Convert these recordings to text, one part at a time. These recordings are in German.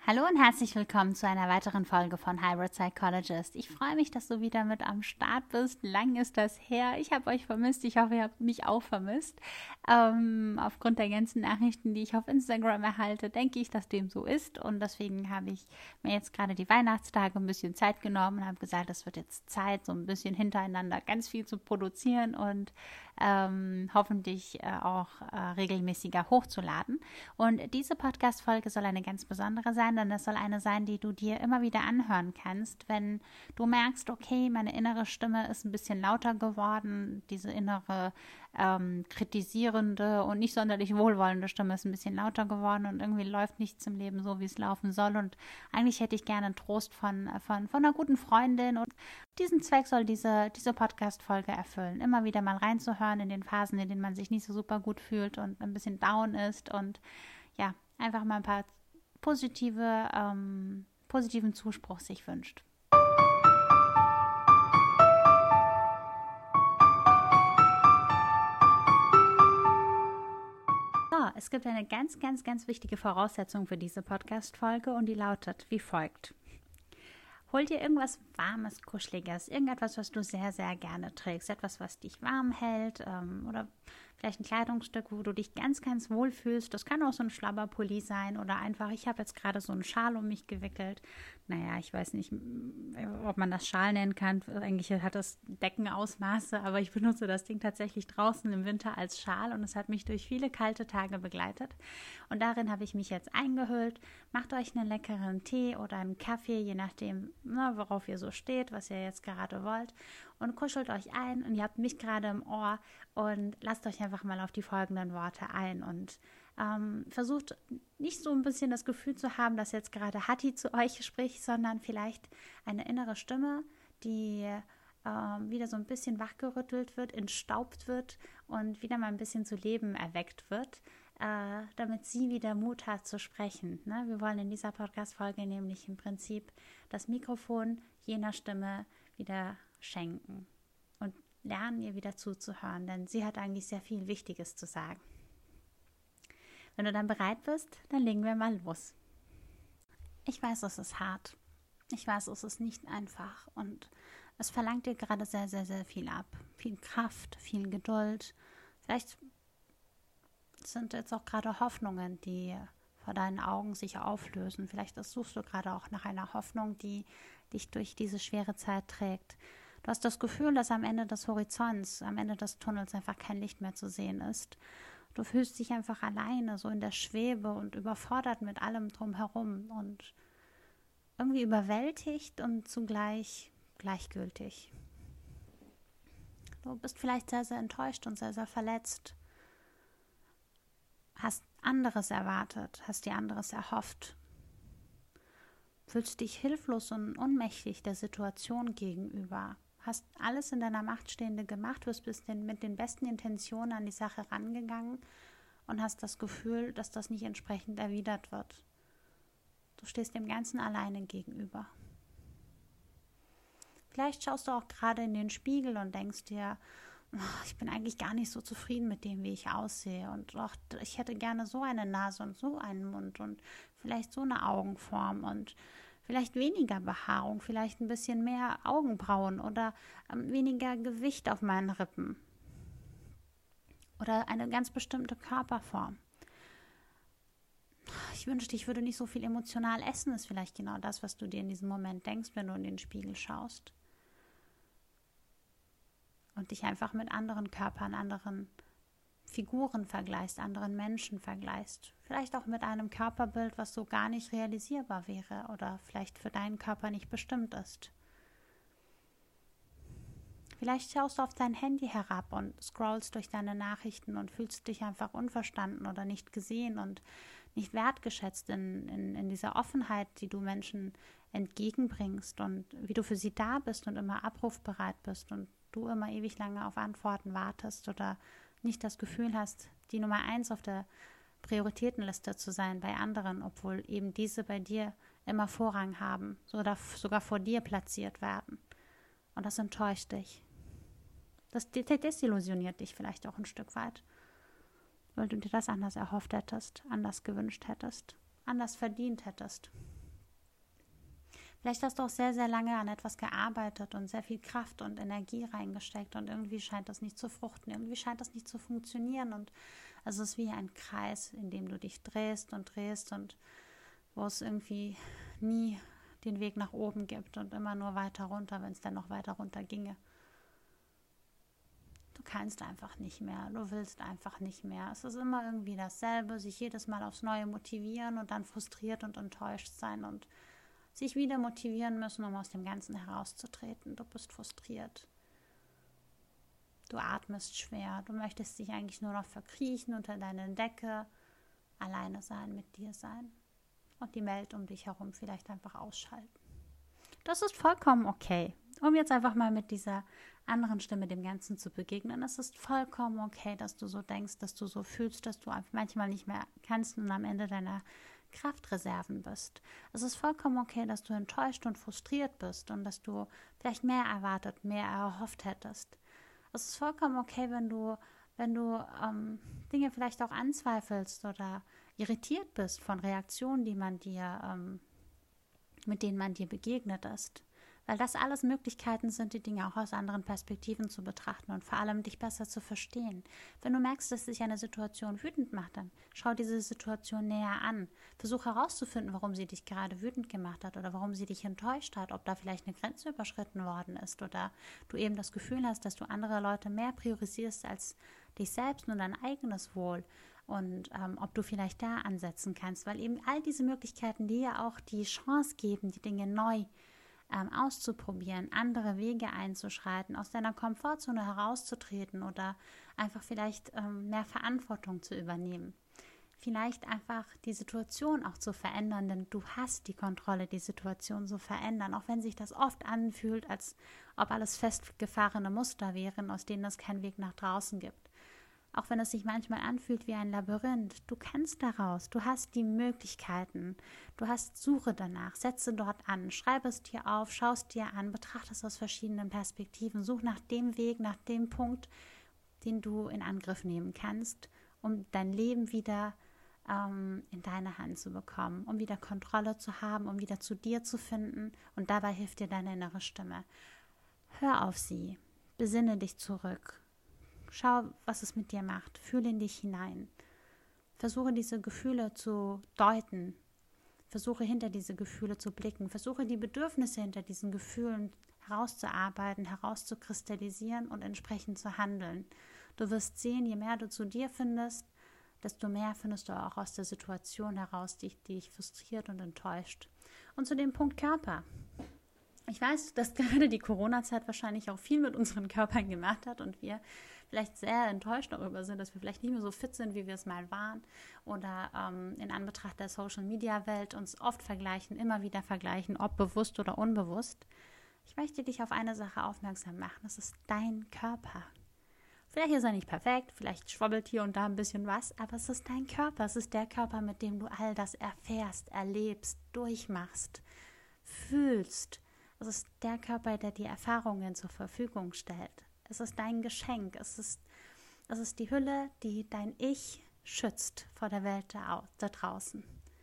Hallo und herzlich willkommen zu einer weiteren Folge von Hybrid Psychologist. Ich freue mich, dass du wieder mit am Start bist. Lang ist das her. Ich habe euch vermisst. Ich hoffe, ihr habt mich auch vermisst. Aufgrund der ganzen Nachrichten, die ich auf Instagram erhalte, denke ich, dass dem so ist. Und deswegen habe ich mir jetzt gerade die Weihnachtstage ein bisschen Zeit genommen und habe gesagt, es wird jetzt Zeit, so ein bisschen hintereinander ganz viel zu produzieren und hoffentlich auch regelmäßiger hochzuladen. Und diese Podcast-Folge soll eine ganz besondere sein, denn das soll eine sein, die du dir immer wieder anhören kannst, wenn du merkst, okay, meine innere Stimme ist ein bisschen lauter geworden, diese innere kritisierende und nicht sonderlich wohlwollende Stimme ist ein bisschen lauter geworden und irgendwie läuft nichts im Leben so, wie es laufen soll und eigentlich hätte ich gerne einen Trost von einer guten Freundin und diesen Zweck soll diese Podcast-Folge erfüllen, immer wieder mal reinzuhören in den Phasen, in denen man sich nicht so super gut fühlt und ein bisschen down ist und ja, einfach mal ein paar positiven Zuspruch sich wünscht. So, es gibt eine ganz, ganz, ganz wichtige Voraussetzung für diese Podcast-Folge und die lautet wie folgt. Hol dir irgendwas Warmes, Kuscheliges, irgendetwas, was du sehr, sehr gerne trägst, etwas, was dich warm hält oder vielleicht ein Kleidungsstück, wo du dich ganz, ganz wohl fühlst. Das kann auch so ein Schlabberpulli sein oder einfach, ich habe jetzt gerade so einen Schal um mich gewickelt. Naja, ich weiß nicht, ob man das Schal nennen kann. Eigentlich hat das Deckenausmaße, aber ich benutze das Ding tatsächlich draußen im Winter als Schal und es hat mich durch viele kalte Tage begleitet. Und darin habe ich mich jetzt eingehüllt. Macht euch einen leckeren Tee oder einen Kaffee, je nachdem, worauf ihr so steht, was ihr jetzt gerade wollt. Und kuschelt euch ein und ihr habt mich gerade im Ohr und lasst euch einfach mal auf die folgenden Worte ein und versucht nicht so ein bisschen das Gefühl zu haben, dass jetzt gerade Hatti zu euch spricht, sondern vielleicht eine innere Stimme, die wieder so ein bisschen wachgerüttelt wird, entstaubt wird und wieder mal ein bisschen zu Leben erweckt wird, damit sie wieder Mut hat zu sprechen. Ne? Wir wollen in dieser Podcast-Folge nämlich im Prinzip das Mikrofon jener Stimme wieder schenken und lernen, ihr wieder zuzuhören, denn sie hat eigentlich sehr viel Wichtiges zu sagen. Wenn du dann bereit bist, dann legen wir mal los. Ich weiß, es ist hart. Ich weiß, es ist nicht einfach und es verlangt dir gerade sehr, sehr, sehr viel ab. Viel Kraft, viel Geduld. Vielleicht sind jetzt auch gerade Hoffnungen, die vor deinen Augen sich auflösen. Vielleicht suchst du gerade auch nach einer Hoffnung, die dich durch diese schwere Zeit trägt. Du hast das Gefühl, dass am Ende des Horizonts, am Ende des Tunnels einfach kein Licht mehr zu sehen ist. Du fühlst dich einfach alleine, so in der Schwebe und überfordert mit allem drumherum und irgendwie überwältigt und zugleich gleichgültig. Du bist vielleicht sehr, sehr enttäuscht und sehr, sehr verletzt. Hast anderes erwartet, hast dir anderes erhofft. Fühlst dich hilflos und ohnmächtig der Situation gegenüber. Hast alles in deiner Macht Stehende gemacht, bist mit den besten Intentionen an die Sache rangegangen und hast das Gefühl, dass das nicht entsprechend erwidert wird. Du stehst dem Ganzen alleine gegenüber. Vielleicht schaust du auch gerade in den Spiegel und denkst dir, ich bin eigentlich gar nicht so zufrieden mit dem, wie ich aussehe und ich hätte gerne so eine Nase und so einen Mund und vielleicht so eine Augenform und vielleicht weniger Behaarung, vielleicht ein bisschen mehr Augenbrauen oder weniger Gewicht auf meinen Rippen oder eine ganz bestimmte Körperform. Ich wünschte, ich würde nicht so viel emotional essen, ist vielleicht genau das, was du dir in diesem Moment denkst, wenn du in den Spiegel schaust. Und dich einfach mit anderen Körpern, anderen Figuren vergleichst, anderen Menschen vergleichst. Vielleicht auch mit einem Körperbild, was so gar nicht realisierbar wäre oder vielleicht für deinen Körper nicht bestimmt ist. Vielleicht schaust du auf dein Handy herab und scrollst durch deine Nachrichten und fühlst dich einfach unverstanden oder nicht gesehen und nicht wertgeschätzt in dieser Offenheit, die du Menschen entgegenbringst und wie du für sie da bist und immer abrufbereit bist und du immer ewig lange auf Antworten wartest oder nicht das Gefühl hast, die Nummer 1 auf der Prioritätenliste zu sein bei anderen, obwohl eben diese bei dir immer Vorrang haben, sogar vor dir platziert werden. Und das enttäuscht dich. Das desillusioniert dich vielleicht auch ein Stück weit, weil du dir das anders erhofft hättest, anders gewünscht hättest, anders verdient hättest. Vielleicht hast du auch sehr, sehr lange an etwas gearbeitet und sehr viel Kraft und Energie reingesteckt und irgendwie scheint das nicht zu fruchten, irgendwie scheint das nicht zu funktionieren und es ist wie ein Kreis, in dem du dich drehst und wo es irgendwie nie den Weg nach oben gibt und immer nur weiter runter, wenn es dann noch weiter runter ginge. Du kannst einfach nicht mehr, du willst einfach nicht mehr. Es ist immer irgendwie dasselbe, sich jedes Mal aufs Neue motivieren und dann frustriert und enttäuscht sein und sich wieder motivieren müssen, um aus dem Ganzen herauszutreten. Du bist frustriert. Du atmest schwer. Du möchtest dich eigentlich nur noch verkriechen unter deine Decke, alleine sein, mit dir sein und die Welt um dich herum vielleicht einfach ausschalten. Das ist vollkommen okay. Um jetzt einfach mal mit dieser anderen Stimme dem Ganzen zu begegnen, es ist vollkommen okay, dass du so denkst, dass du so fühlst, dass du manchmal nicht mehr kannst und am Ende deiner Kraftreserven bist. Es ist vollkommen okay, dass du enttäuscht und frustriert bist und dass du vielleicht mehr erwartet, mehr erhofft hättest. Es ist vollkommen okay, wenn du Dinge vielleicht auch anzweifelst oder irritiert bist von Reaktionen, mit denen man dir begegnet ist. Weil das alles Möglichkeiten sind, die Dinge auch aus anderen Perspektiven zu betrachten und vor allem dich besser zu verstehen. Wenn du merkst, dass dich eine Situation wütend macht, dann schau diese Situation näher an. Versuch herauszufinden, warum sie dich gerade wütend gemacht hat oder warum sie dich enttäuscht hat, ob da vielleicht eine Grenze überschritten worden ist oder du eben das Gefühl hast, dass du andere Leute mehr priorisierst als dich selbst und dein eigenes Wohl. Und ob du vielleicht da ansetzen kannst, weil eben all diese Möglichkeiten dir ja auch die Chance geben, die Dinge neu auszuprobieren, andere Wege einzuschreiten, aus deiner Komfortzone herauszutreten oder einfach vielleicht mehr Verantwortung zu übernehmen. Vielleicht einfach die Situation auch zu verändern, denn du hast die Kontrolle, die Situation zu verändern, auch wenn sich das oft anfühlt, als ob alles festgefahrene Muster wären, aus denen es keinen Weg nach draußen gibt. Auch wenn es sich manchmal anfühlt wie ein Labyrinth, du kannst daraus, du hast die Möglichkeiten, du hast Suche danach, setze dort an, schreibe es dir auf, schau es dir an, betrachte es aus verschiedenen Perspektiven, such nach dem Weg, nach dem Punkt, den du in Angriff nehmen kannst, um dein Leben wieder in deine Hand zu bekommen, um wieder Kontrolle zu haben, um wieder zu dir zu finden und dabei hilft dir deine innere Stimme. Hör auf sie, besinne dich zurück. Schau, was es mit dir macht. Fühle in dich hinein. Versuche diese Gefühle zu deuten. Versuche hinter diese Gefühle zu blicken. Versuche die Bedürfnisse hinter diesen Gefühlen herauszuarbeiten, herauszukristallisieren und entsprechend zu handeln. Du wirst sehen, je mehr du zu dir findest, desto mehr findest du auch aus der Situation heraus, die dich frustriert und enttäuscht. Und zu dem Punkt Körper. Ich weiß, dass gerade die Corona-Zeit wahrscheinlich auch viel mit unseren Körpern gemacht hat und wir vielleicht sehr enttäuscht darüber sind, dass wir vielleicht nicht mehr so fit sind, wie wir es mal waren oder in Anbetracht der Social-Media-Welt uns oft vergleichen, immer wieder vergleichen, ob bewusst oder unbewusst. Ich möchte dich auf eine Sache aufmerksam machen, das ist dein Körper. Vielleicht ist er nicht perfekt, vielleicht schwabbelt hier und da ein bisschen was, aber es ist dein Körper, es ist der Körper, mit dem du all das erfährst, erlebst, durchmachst, fühlst. Es ist der Körper, der dir Erfahrungen zur Verfügung stellt. Es ist dein Geschenk. Es ist die Hülle, die dein Ich schützt vor der Welt da draußen.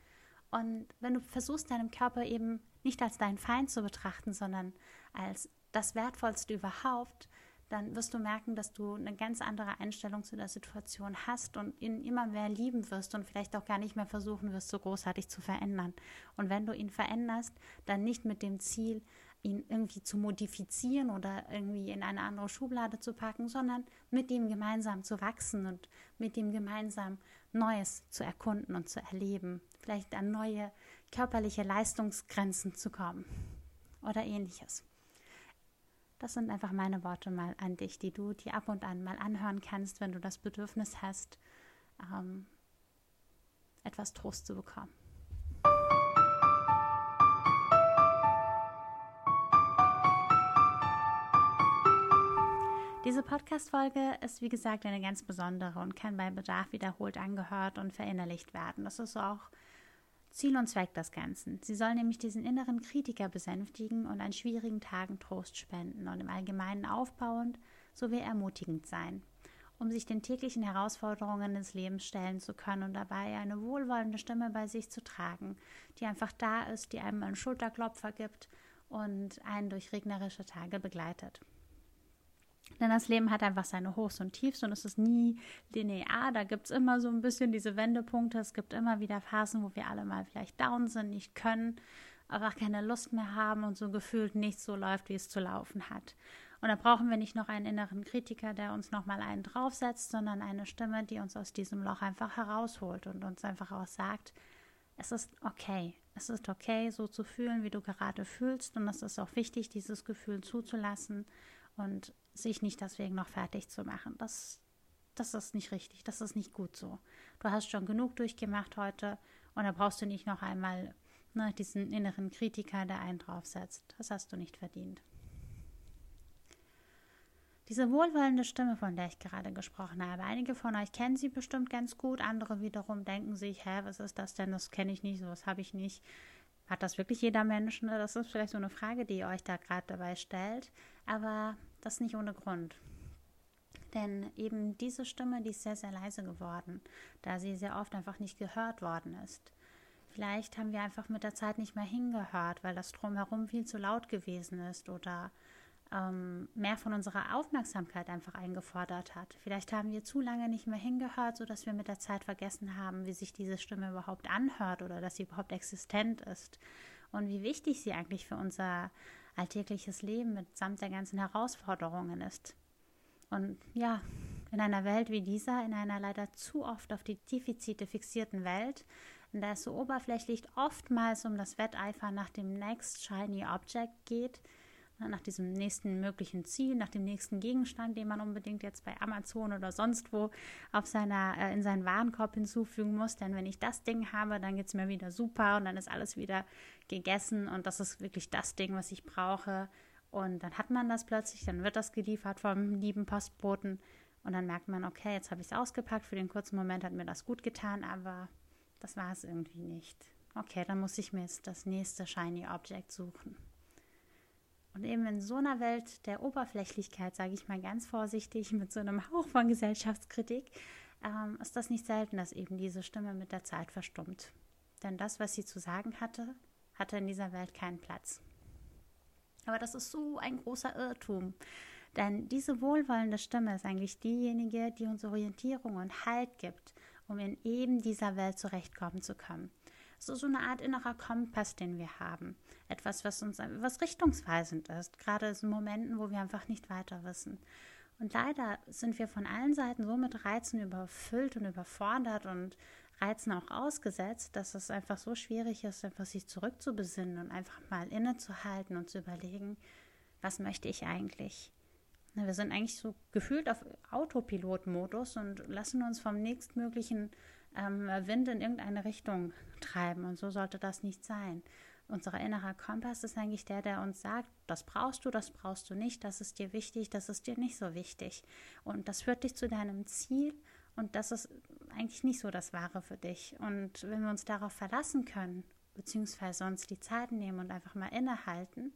Und wenn du versuchst, deinen Körper eben nicht als deinen Feind zu betrachten, sondern als das Wertvollste überhaupt, dann wirst du merken, dass du eine ganz andere Einstellung zu der Situation hast und ihn immer mehr lieben wirst und vielleicht auch gar nicht mehr versuchen wirst, so großartig zu verändern. Und wenn du ihn veränderst, dann nicht mit dem Ziel, ihn irgendwie zu modifizieren oder irgendwie in eine andere Schublade zu packen, sondern mit ihm gemeinsam zu wachsen und mit ihm gemeinsam Neues zu erkunden und zu erleben. Vielleicht an neue körperliche Leistungsgrenzen zu kommen oder ähnliches. Das sind einfach meine Worte mal an dich, die du dir ab und an mal anhören kannst, wenn du das Bedürfnis hast, etwas Trost zu bekommen. Diese Podcast-Folge ist, wie gesagt, eine ganz besondere und kann bei Bedarf wiederholt angehört und verinnerlicht werden. Das ist auch Ziel und Zweck des Ganzen. Sie soll nämlich diesen inneren Kritiker besänftigen und an schwierigen Tagen Trost spenden und im Allgemeinen aufbauend sowie ermutigend sein. um sich den täglichen Herausforderungen des Lebens stellen zu können und dabei eine wohlwollende Stimme bei sich zu tragen, die einfach da ist, die einem einen Schulterklopfer gibt und einen durch regnerische Tage begleitet. Denn das Leben hat einfach seine Hochs und Tiefs und es ist nie linear. Da gibt es immer so ein bisschen diese Wendepunkte. Es gibt immer wieder Phasen, wo wir alle mal vielleicht down sind, nicht können, einfach keine Lust mehr haben und so gefühlt nichts so läuft, wie es zu laufen hat. Und da brauchen wir nicht noch einen inneren Kritiker, der uns nochmal einen draufsetzt, sondern eine Stimme, die uns aus diesem Loch einfach herausholt und uns einfach auch sagt, es ist okay. Es ist okay, so zu fühlen, wie du gerade fühlst. Und es ist auch wichtig, dieses Gefühl zuzulassen und sich nicht deswegen noch fertig zu machen. Das ist nicht richtig, das ist nicht gut so. Du hast schon genug durchgemacht heute und da brauchst du nicht noch einmal diesen inneren Kritiker, der einen draufsetzt. Das hast du nicht verdient. Diese wohlwollende Stimme, von der ich gerade gesprochen habe, einige von euch kennen sie bestimmt ganz gut, andere wiederum denken sich, was ist das denn, das kenne ich nicht, sowas habe ich nicht. Hat das wirklich jeder Mensch? Das ist vielleicht so eine Frage, die ihr euch da gerade dabei stellt, aber das nicht ohne Grund. Denn eben diese Stimme, die ist sehr, sehr leise geworden, da sie sehr oft einfach nicht gehört worden ist. Vielleicht haben wir einfach mit der Zeit nicht mehr hingehört, weil das Drumherum viel zu laut gewesen ist oder mehr von unserer Aufmerksamkeit einfach eingefordert hat. Vielleicht haben wir zu lange nicht mehr hingehört, sodass wir mit der Zeit vergessen haben, wie sich diese Stimme überhaupt anhört oder dass sie überhaupt existent ist und wie wichtig sie eigentlich für unser alltägliches Leben mitsamt der ganzen Herausforderungen ist. Und ja, in einer Welt wie dieser, in einer leider zu oft auf die Defizite fixierten Welt, in der es so oberflächlich oftmals um das Wetteifern nach dem Next Shiny Object geht, nach diesem nächsten möglichen Ziel, nach dem nächsten Gegenstand, den man unbedingt jetzt bei Amazon oder sonst wo in seinen Warenkorb hinzufügen muss. Denn wenn ich das Ding habe, dann geht es mir wieder super und dann ist alles wieder gegessen und das ist wirklich das Ding, was ich brauche. Und dann hat man das plötzlich, dann wird das geliefert vom lieben Postboten und dann merkt man, okay, jetzt habe ich es ausgepackt, für den kurzen Moment hat mir das gut getan, aber das war es irgendwie nicht. Okay, dann muss ich mir jetzt das nächste Shiny Object suchen. Und eben in so einer Welt der Oberflächlichkeit, sage ich mal ganz vorsichtig, mit so einem Hauch von Gesellschaftskritik, ist das nicht selten, dass eben diese Stimme mit der Zeit verstummt. Denn das, was sie zu sagen hatte, hatte in dieser Welt keinen Platz. Aber das ist so ein großer Irrtum. Denn diese wohlwollende Stimme ist eigentlich diejenige, die uns Orientierung und Halt gibt, um in eben dieser Welt zurechtkommen zu können. So eine Art innerer Kompass, den wir haben. Etwas, was richtungsweisend ist, gerade in Momenten, wo wir einfach nicht weiter wissen. Und leider sind wir von allen Seiten so mit Reizen überfüllt und überfordert und Reizen auch ausgesetzt, dass es einfach so schwierig ist, einfach sich zurückzubesinnen und einfach mal innezuhalten und zu überlegen, was möchte ich eigentlich? Wir sind eigentlich so gefühlt auf Autopilot-Modus und lassen uns vom nächstmöglichen Wind in irgendeine Richtung treiben. Und so sollte das nicht sein. Unser innerer Kompass ist eigentlich der uns sagt, das brauchst du nicht, das ist dir wichtig, das ist dir nicht so wichtig. Und das führt dich zu deinem Ziel und das ist eigentlich nicht so das Wahre für dich. Und wenn wir uns darauf verlassen können, beziehungsweise uns die Zeit nehmen und einfach mal innehalten,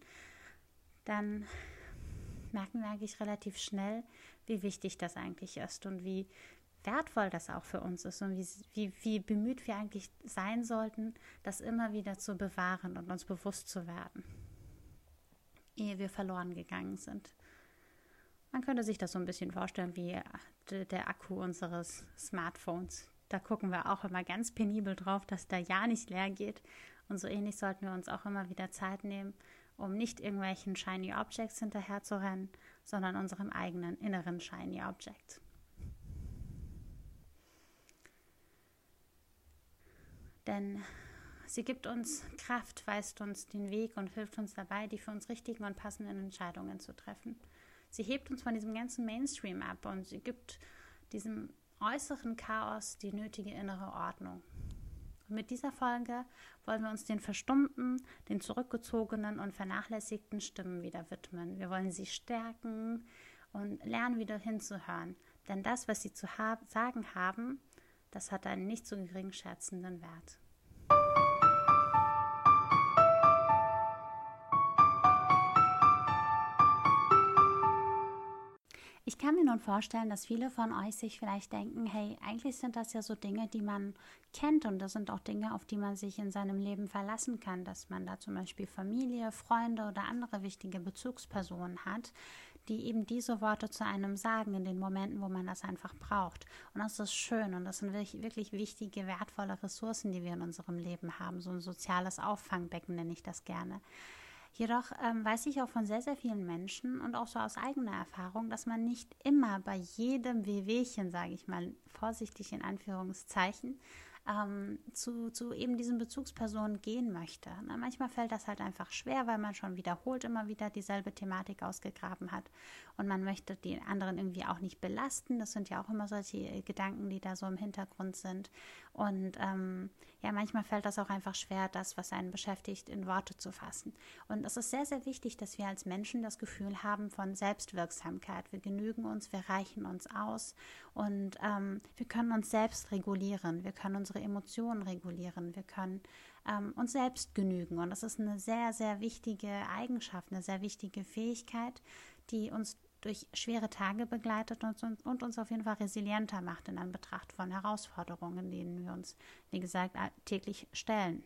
dann merken wir eigentlich relativ schnell, wie wichtig das eigentlich ist und wie wertvoll das auch für uns ist und wie bemüht wir eigentlich sein sollten, das immer wieder zu bewahren und uns bewusst zu werden, ehe wir verloren gegangen sind. Man könnte sich das so ein bisschen vorstellen wie der Akku unseres Smartphones. Da gucken wir auch immer ganz penibel drauf, dass der ja nicht leer geht. Und so ähnlich sollten wir uns auch immer wieder Zeit nehmen, um nicht irgendwelchen Shiny Objects hinterher zu rennen, sondern unserem eigenen inneren Shiny Object. Denn sie gibt uns Kraft, weist uns den Weg und hilft uns dabei, die für uns richtigen und passenden Entscheidungen zu treffen. Sie hebt uns von diesem ganzen Mainstream ab und sie gibt diesem äußeren Chaos die nötige innere Ordnung. Und mit dieser Folge wollen wir uns den verstummten, den zurückgezogenen und vernachlässigten Stimmen wieder widmen. Wir wollen sie stärken und lernen, wieder hinzuhören. Denn das, was sie zu sagen haben, das hat einen nicht so gering schätzenden Wert. Ich Ich kann mir nun vorstellen, dass viele von euch sich vielleicht denken, hey, eigentlich sind das ja so Dinge, die man kennt und das sind auch Dinge, auf die man sich in seinem Leben verlassen kann, dass man da zum Beispiel Familie, Freunde oder andere wichtige Bezugspersonen hat, die eben diese Worte zu einem sagen in den Momenten, wo man das einfach braucht. Und das ist schön und das sind wirklich wichtige, wertvolle Ressourcen, die wir in unserem Leben haben. So ein soziales Auffangbecken nenne ich das gerne. Jedoch weiß ich auch von sehr, sehr vielen Menschen und auch so aus eigener Erfahrung, dass man nicht immer bei jedem Wehwehchen, sage ich mal, vorsichtig in Anführungszeichen, zu eben diesen Bezugspersonen gehen möchte. Na, manchmal fällt das halt einfach schwer, weil man schon wiederholt immer wieder dieselbe Thematik ausgegraben hat und man möchte die anderen irgendwie auch nicht belasten. Das sind ja auch immer solche Gedanken, die da so im Hintergrund sind. Und ja, manchmal fällt das auch einfach schwer, das, was einen beschäftigt, in Worte zu fassen. Und es ist sehr, sehr wichtig, dass wir als Menschen das Gefühl haben von Selbstwirksamkeit. Wir genügen uns, wir reichen uns aus und wir können uns selbst regulieren. Wir können unsere Emotionen regulieren. Wir können uns selbst genügen. Und das ist eine sehr, sehr wichtige Eigenschaft, eine sehr wichtige Fähigkeit, die uns durch schwere Tage begleitet und uns auf jeden Fall resilienter macht in Anbetracht von Herausforderungen, denen wir uns, wie gesagt, täglich stellen.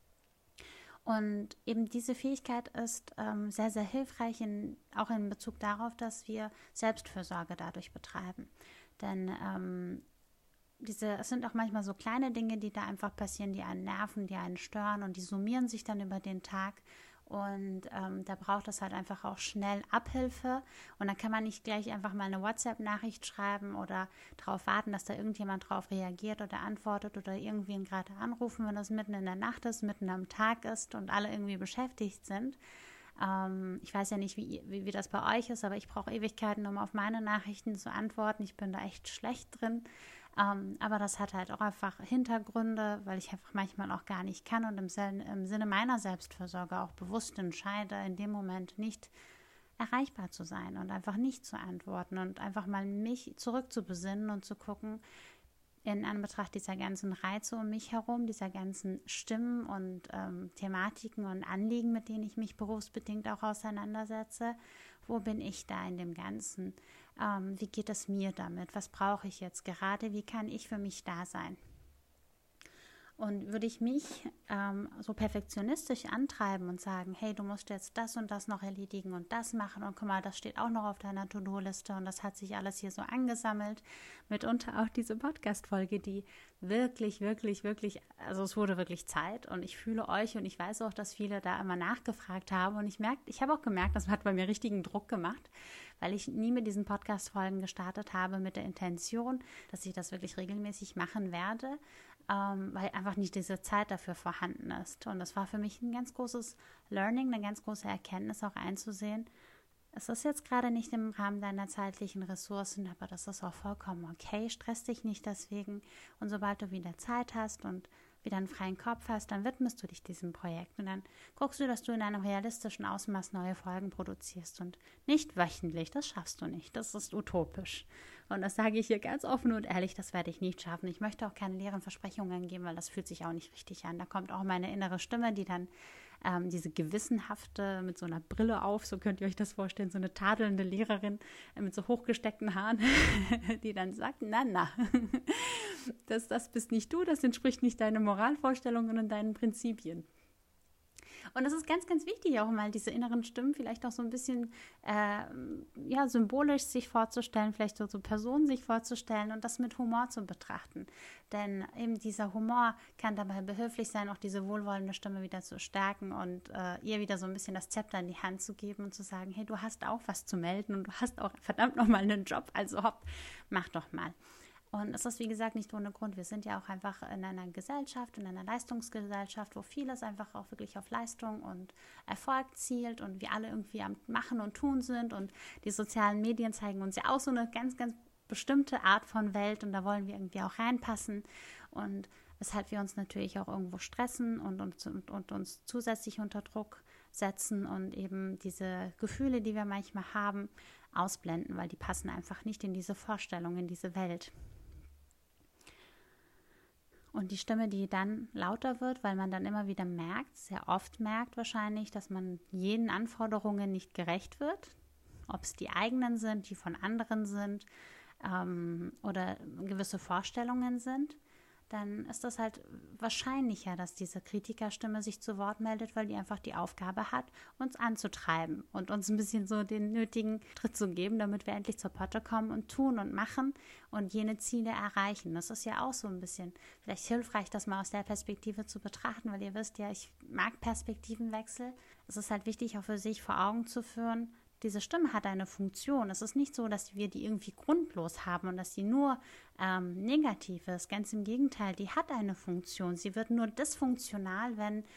Und eben diese Fähigkeit ist sehr, sehr hilfreich, auch in Bezug darauf, dass wir Selbstfürsorge dadurch betreiben. Denn es sind auch manchmal so kleine Dinge, die da einfach passieren, die einen nerven, die einen stören und die summieren sich dann über den Tag. Und da braucht es halt einfach auch schnell Abhilfe. Und dann kann man nicht gleich einfach mal eine WhatsApp-Nachricht schreiben oder darauf warten, dass da irgendjemand drauf reagiert oder antwortet oder irgendwen gerade anrufen, wenn das mitten in der Nacht ist, mitten am Tag ist und alle irgendwie beschäftigt sind. Ich weiß ja nicht, wie das bei euch ist, aber ich brauche Ewigkeiten, um auf meine Nachrichten zu antworten. Ich bin da echt schlecht drin. Aber das hat halt auch einfach Hintergründe, weil ich einfach manchmal auch gar nicht kann und im Sinne meiner Selbstfürsorge auch bewusst entscheide, in dem Moment nicht erreichbar zu sein und einfach nicht zu antworten und einfach mal mich zurückzubesinnen und zu gucken, in Anbetracht dieser ganzen Reize um mich herum, dieser ganzen Stimmen und Thematiken und Anliegen, mit denen ich mich berufsbedingt auch auseinandersetze, wo bin ich da in dem Ganzen? Wie geht es mir damit? Was brauche ich jetzt gerade? Wie kann ich für mich da sein? Und würde ich mich so perfektionistisch antreiben und sagen, hey, du musst jetzt das und das noch erledigen und das machen und guck mal, das steht auch noch auf deiner To-Do-Liste und das hat sich alles hier so angesammelt. Mitunter auch diese Podcast-Folge, die wirklich, also es wurde wirklich Zeit und ich fühle euch und ich weiß auch, dass viele da immer nachgefragt haben und ich habe auch gemerkt, das hat bei mir richtigen Druck gemacht, weil ich nie mit diesen Podcast-Folgen gestartet habe mit der Intention, dass ich das wirklich regelmäßig machen werde, weil einfach nicht diese Zeit dafür vorhanden ist. Und das war für mich ein ganz großes Learning, eine ganz große Erkenntnis auch einzusehen. Es ist jetzt gerade nicht im Rahmen deiner zeitlichen Ressourcen, aber das ist auch vollkommen okay. Stress dich nicht deswegen. Und sobald du wieder Zeit hast und wieder einen freien Kopf hast, dann widmest du dich diesem Projekt und dann guckst du, dass du in einem realistischen Ausmaß neue Folgen produzierst und nicht wöchentlich, das schaffst du nicht, das ist utopisch. Und das sage ich hier ganz offen und ehrlich, das werde ich nicht schaffen. Ich möchte auch keine leeren Versprechungen geben, weil das fühlt sich auch nicht richtig an. Da kommt auch meine innere Stimme, die dann diese gewissenhafte, mit so einer Brille auf, so könnt ihr euch das vorstellen, so eine tadelnde Lehrerin mit so hochgesteckten Haaren, die dann sagt, na, das bist nicht du, das entspricht nicht deinen Moralvorstellungen und deinen Prinzipien. Und es ist ganz, ganz wichtig, auch mal diese inneren Stimmen vielleicht auch so ein bisschen symbolisch sich vorzustellen, vielleicht so Personen sich vorzustellen und das mit Humor zu betrachten. Denn eben dieser Humor kann dabei behilflich sein, auch diese wohlwollende Stimme wieder zu stärken und ihr wieder so ein bisschen das Zepter in die Hand zu geben und zu sagen, hey, du hast auch was zu melden und du hast auch verdammt nochmal einen Job, also hopp, mach doch mal. Und es ist, wie gesagt, nicht ohne Grund. Wir sind ja auch einfach in einer Gesellschaft, in einer Leistungsgesellschaft, wo vieles einfach auch wirklich auf Leistung und Erfolg zielt und wir alle irgendwie am Machen und Tun sind. Und die sozialen Medien zeigen uns ja auch so eine ganz, ganz bestimmte Art von Welt und da wollen wir irgendwie auch reinpassen. Und weshalb wir uns natürlich auch irgendwo stressen und uns zusätzlich unter Druck setzen und eben diese Gefühle, die wir manchmal haben, ausblenden, weil die passen einfach nicht in diese Vorstellung, in diese Welt. Und die Stimme, die dann lauter wird, weil man dann immer wieder merkt, sehr oft merkt wahrscheinlich, dass man jeden Anforderungen nicht gerecht wird. ob es die eigenen sind, die von anderen sind oder gewisse Vorstellungen sind, dann ist das halt wahrscheinlicher, dass diese Kritikerstimme sich zu Wort meldet, weil die einfach die Aufgabe hat, uns anzutreiben und uns ein bisschen so den nötigen Tritt zu geben, damit wir endlich zur Potte kommen und tun und machen und jene Ziele erreichen. Das ist ja auch so ein bisschen vielleicht hilfreich, das mal aus der Perspektive zu betrachten, weil ihr wisst ja, ich mag Perspektivenwechsel. Es ist halt wichtig, auch für sich vor Augen zu führen, diese Stimme hat eine Funktion. Es ist nicht so, dass wir die irgendwie grundlos haben und dass sie nur negativ ist. Ganz im Gegenteil, die hat eine Funktion. Sie wird nur dysfunktional,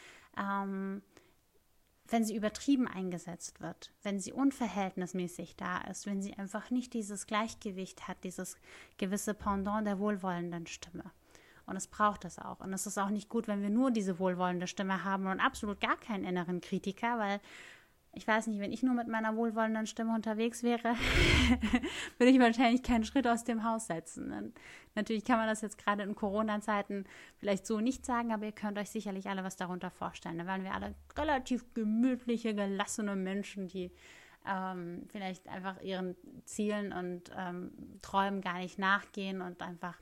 wenn sie übertrieben eingesetzt wird, wenn sie unverhältnismäßig da ist, wenn sie einfach nicht dieses Gleichgewicht hat, dieses gewisse Pendant der wohlwollenden Stimme. Und es braucht das auch. Und es ist auch nicht gut, wenn wir nur diese wohlwollende Stimme haben und absolut gar keinen inneren Kritiker, weil ich weiß nicht, wenn ich nur mit meiner wohlwollenden Stimme unterwegs wäre, würde ich wahrscheinlich keinen Schritt aus dem Haus setzen. Und natürlich kann man das jetzt gerade in Corona-Zeiten vielleicht so nicht sagen, aber ihr könnt euch sicherlich alle was darunter vorstellen. Da waren wir alle relativ gemütliche, gelassene Menschen, die vielleicht einfach ihren Zielen und Träumen gar nicht nachgehen und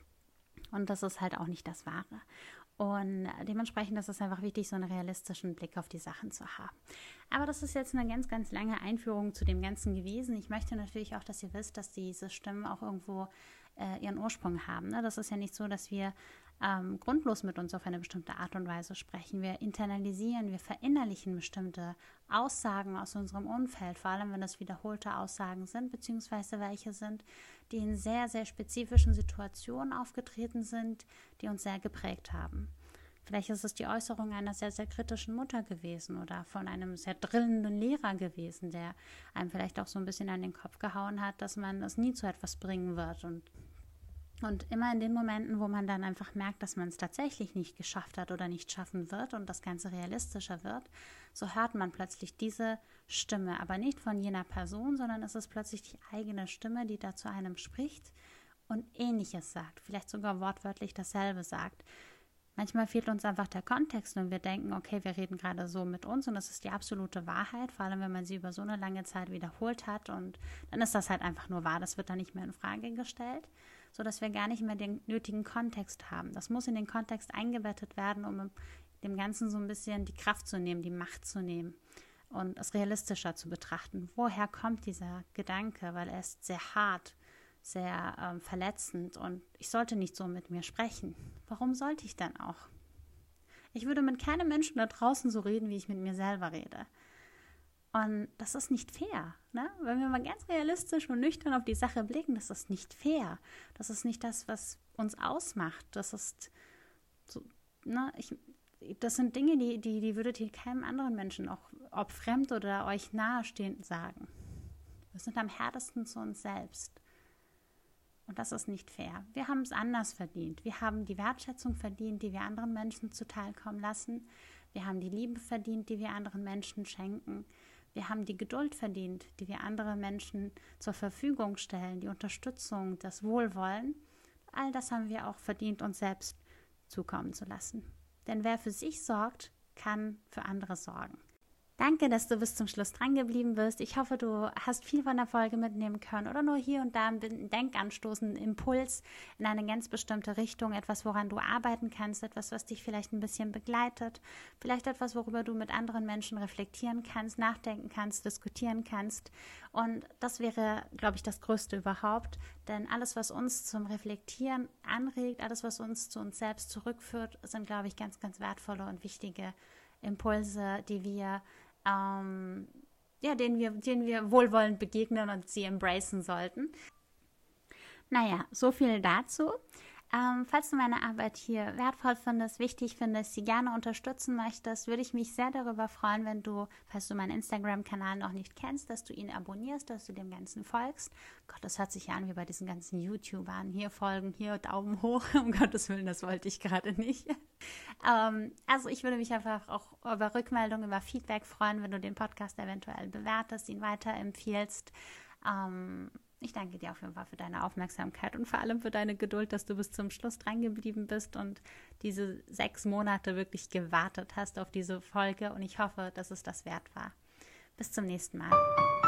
das ist halt auch nicht das Wahre. Und dementsprechend ist es einfach wichtig, so einen realistischen Blick auf die Sachen zu haben. Aber das ist jetzt eine ganz, ganz lange Einführung zu dem Ganzen gewesen. Ich möchte natürlich auch, dass ihr wisst, dass diese Stimmen auch irgendwo ihren Ursprung haben. Ne? Das ist ja nicht so, dass wir grundlos mit uns auf eine bestimmte Art und Weise sprechen. Wir internalisieren, wir verinnerlichen bestimmte Aussagen aus unserem Umfeld, vor allem wenn das wiederholte Aussagen sind, beziehungsweise welche sind, die in sehr, sehr spezifischen Situationen aufgetreten sind, die uns sehr geprägt haben. Vielleicht ist es die Äußerung einer sehr, sehr kritischen Mutter gewesen oder von einem sehr drillenden Lehrer gewesen, der einem vielleicht auch so ein bisschen an den Kopf gehauen hat, dass man es nie zu etwas bringen wird. Und immer in den Momenten, wo man dann einfach merkt, dass man es tatsächlich nicht geschafft hat oder nicht schaffen wird und das Ganze realistischer wird, so hört man plötzlich diese Stimme, aber nicht von jener Person, sondern es ist plötzlich die eigene Stimme, die da zu einem spricht und Ähnliches sagt, vielleicht sogar wortwörtlich dasselbe sagt. Manchmal fehlt uns einfach der Kontext und wir denken, okay, wir reden gerade so mit uns und das ist die absolute Wahrheit, vor allem wenn man sie über so eine lange Zeit wiederholt hat und dann ist das halt einfach nur wahr, das wird dann nicht mehr in Frage gestellt, sodass wir gar nicht mehr den nötigen Kontext haben. Das muss in den Kontext eingebettet werden, um dem Ganzen so ein bisschen die Kraft zu nehmen, die Macht zu nehmen und es realistischer zu betrachten. Woher kommt dieser Gedanke? Weil er ist sehr hart, sehr verletzend und ich sollte nicht so mit mir sprechen. Warum sollte ich dann auch? Ich würde mit keinem Menschen da draußen so reden, wie ich mit mir selber rede. Und das ist nicht fair, ne? Wenn wir mal ganz realistisch und nüchtern auf die Sache blicken, das ist nicht fair. Das ist nicht das, was uns ausmacht. Das ist so, ne? Das sind Dinge, die würdet ihr keinem anderen Menschen, auch ob fremd oder euch nahestehend, sagen. Wir sind am härtesten zu uns selbst. Und das ist nicht fair. Wir haben es anders verdient. Wir haben die Wertschätzung verdient, die wir anderen Menschen zuteilkommen lassen. Wir haben die Liebe verdient, die wir anderen Menschen schenken. Wir haben die Geduld verdient, die wir anderen Menschen zur Verfügung stellen, die Unterstützung, das Wohlwollen. All das haben wir auch verdient, uns selbst zukommen zu lassen. Denn wer für sich sorgt, kann für andere sorgen. Danke, dass du bis zum Schluss dran geblieben bist. Ich hoffe, du hast viel von der Folge mitnehmen können oder nur hier und da einen Denkanstoß, einen Impuls in eine ganz bestimmte Richtung, etwas, woran du arbeiten kannst, etwas, was dich vielleicht ein bisschen begleitet, vielleicht etwas, worüber du mit anderen Menschen reflektieren kannst, nachdenken kannst, diskutieren kannst. Und das wäre, glaube ich, das Größte überhaupt, denn alles, was uns zum Reflektieren anregt, alles, was uns zu uns selbst zurückführt, sind, glaube ich, ganz, ganz wertvolle und wichtige Impulse, die wir denen wir wohlwollend begegnen und sie embracen sollten. Naja, so viel dazu. Falls du meine Arbeit hier wertvoll findest, wichtig findest, sie gerne unterstützen möchtest, würde ich mich sehr darüber freuen, wenn du, falls du meinen Instagram-Kanal noch nicht kennst, dass du ihn abonnierst, dass du dem Ganzen folgst. Gott, das hört sich ja an wie bei diesen ganzen YouTubern. Hier folgen, hier Daumen hoch. Um Gottes Willen, das wollte ich gerade nicht. Also ich würde mich einfach auch über Rückmeldungen, über Feedback freuen, wenn du den Podcast eventuell bewertest, ihn weiterempfiehlst. Ich danke dir auf jeden Fall für deine Aufmerksamkeit und vor allem für deine Geduld, dass du bis zum Schluss dran geblieben bist und diese 6 Monate wirklich gewartet hast auf diese Folge und ich hoffe, dass es das wert war. Bis zum nächsten Mal.